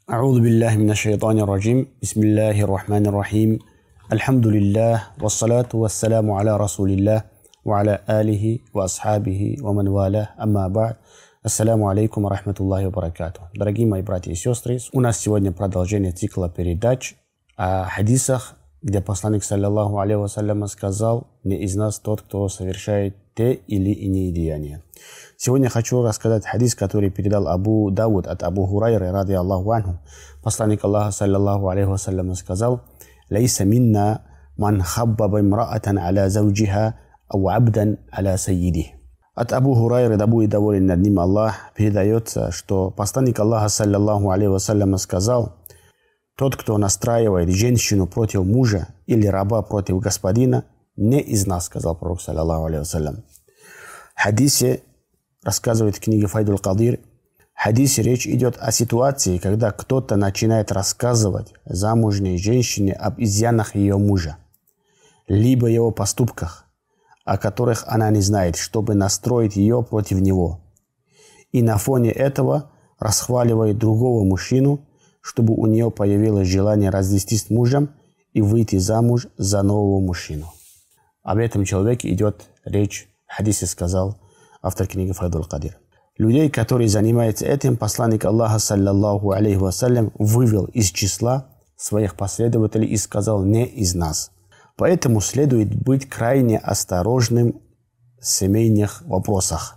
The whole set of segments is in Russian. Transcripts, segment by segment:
أعوذ بالله من الشيطان الرجيم بسم الله الرحمن الرحيم الحمد لله والصلاة والسلام على رسول الله وعلى آله وأصحابه ومن والاه أما بعد. Ассаляму алейкум ва рахматуллахи ва баракату. Дорогие мои братья и сестры, у нас сегодня продолжение цикла передач о хадисах, где посланник саллаллаху алейхи вассалям сказал: «Не из нас тот, кто совершает те или иные деяния». Сегодня хочу рассказать хадис, который передал Абу Дауд от Абу Хурайры ради Аллаху анху. Посланник Аллаха саллаллаху алейхи вассалям сказал: «Лейса минна ман хаббаба имраатан аля завджиха ау абдан аля сайидих». От Абу Хурайры, да будет доволен над ним Аллах, передается, что посланник Аллаха саллаллаху алейхи вассалям сказал: «Тот, кто настраивает женщину против мужа или раба против господина, не из нас», сказал пророк саллаллаху алейхи вассалям. В хадисе, рассказывает книга Файдуль Кадир, в хадисе речь идет о ситуации, когда кто-то начинает рассказывать замужней женщине об изъянах ее мужа, либо его поступках, о которых она не знает, чтобы настроить ее против него. И на фоне этого расхваливает другого мужчину, чтобы у нее появилось желание развестись с мужем и выйти замуж за нового мужчину. Об этом человеке идет речь, в хадисе сказал автор книги Файдуль Кадир. Людей, которые занимаются этим, посланник Аллаха саллаллаху алейхи вассалям вывел из числа своих последователей и сказал: «Не из нас». Поэтому следует быть крайне осторожным в семейных вопросах,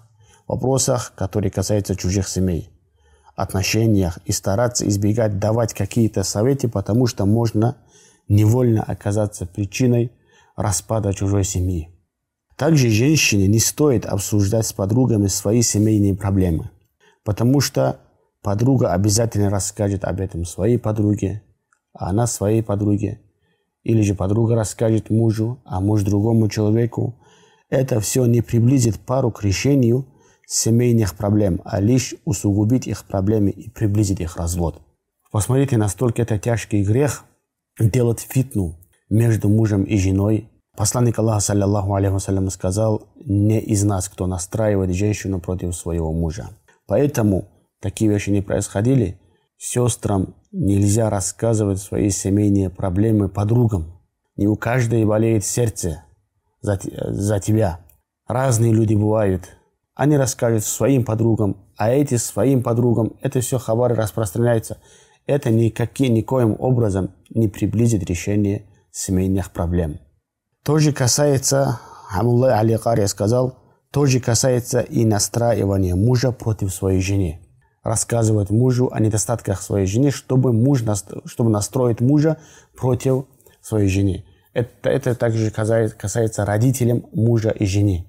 которые касаются чужих семей, отношениях, и стараться избегать давать какие-то советы, потому что можно невольно оказаться причиной распада чужой семьи. Также женщине не стоит обсуждать с подругами свои семейные проблемы, потому что подруга обязательно расскажет об этом своей подруге, а она своей подруге. Или же подруга расскажет мужу, а муж другому человеку. Это все не приблизит пару к решению семейных проблем, а лишь усугубит их проблемы и приблизит их развод. Посмотрите, настолько это тяжкий грех делать фитну между мужем и женой. Посланник Аллаха саллаллаху алейхи вассалям сказал: «Не из нас, кто настраивает женщину против своего мужа». Поэтому такие вещи не происходили. Сестрам нельзя рассказывать свои семейные проблемы подругам. Не у каждой болеет сердце за тебя. Разные люди бывают. Они расскажут своим подругам, а эти своим подругам. Это все хабар распространяется. Это никоим образом не приблизит решение семейных проблем. Тоже касается, Амуллах Али Кари сказал, тоже касается и настраивания мужа против своей жены. Рассказывать мужу о недостатках своей жены, чтобы настроить мужа против своей жены. Это также касается родителям мужа и жены.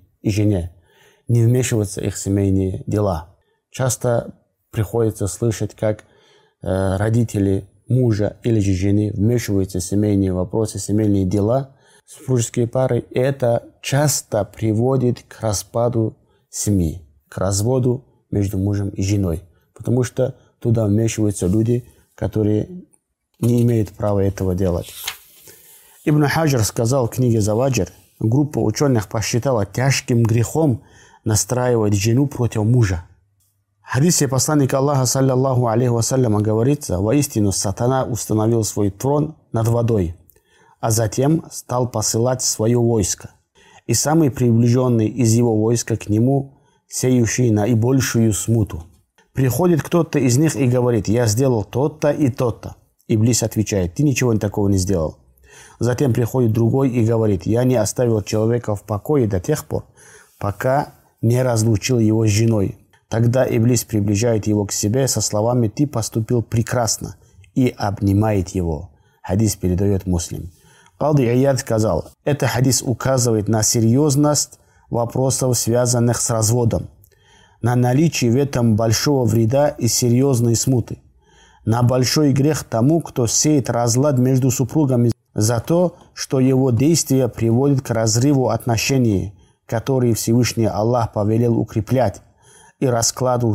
Не вмешиваться в их семейные дела. Часто приходится слышать, как родители мужа или же жены вмешиваются в семейные вопросы, семейные дела, супружеские пары. И это часто приводит к распаду семьи, к разводу между мужем и женой. Потому что туда вмешиваются люди, которые не имеют права этого делать. Ибн Хаджар сказал в книге Заваджир: группа ученых посчитала тяжким грехом настраивать жену против мужа. В хадисе посланника Аллаха саллаллаху алейхи вассалям говорится: «Воистину сатана установил свой трон над водой, а затем стал посылать свое войско. И самый приближенный из его войска к нему, сеющий наибольшую смуту. Приходит кто-то из них и говорит: я сделал то-то и то-то». Иблис отвечает: ты ничего такого не сделал. Затем приходит другой и говорит: я не оставил человека в покое до тех пор, пока не разлучил его с женой. Тогда Иблис приближает его к себе со словами: ты поступил прекрасно, и обнимает его. Хадис передает Муслим. Кади Ияд сказал: этот хадис указывает на серьезность вопросов, связанных с разводом, на наличие в этом большого вреда и серьезной смуты, на большой грех тому, кто сеет разлад между супругами за то, что его действия приводят к разрыву отношений, которые Всевышний Аллах повелел укреплять, и расколу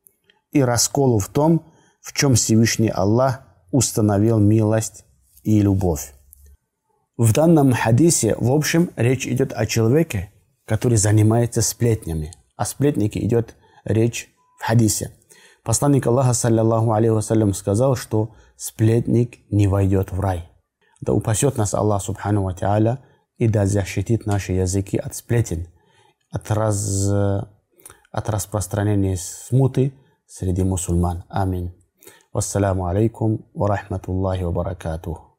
в том, в чем Всевышний Аллах установил милость и любовь. В данном хадисе, в общем, речь идет о человеке, который занимается сплетнями. О сплетнике идет речь в хадисе. Посланник Аллаха, саллиллаху алейхи вассалям, сказал, что сплетник не войдет в рай. Да упасет нас Аллах, субхану ва тааля, и да защитит наши языки от сплетен, от распространения смуты среди мусульман. Аминь. Вассаламу алейкум ва рахматуллахи ва баракатух.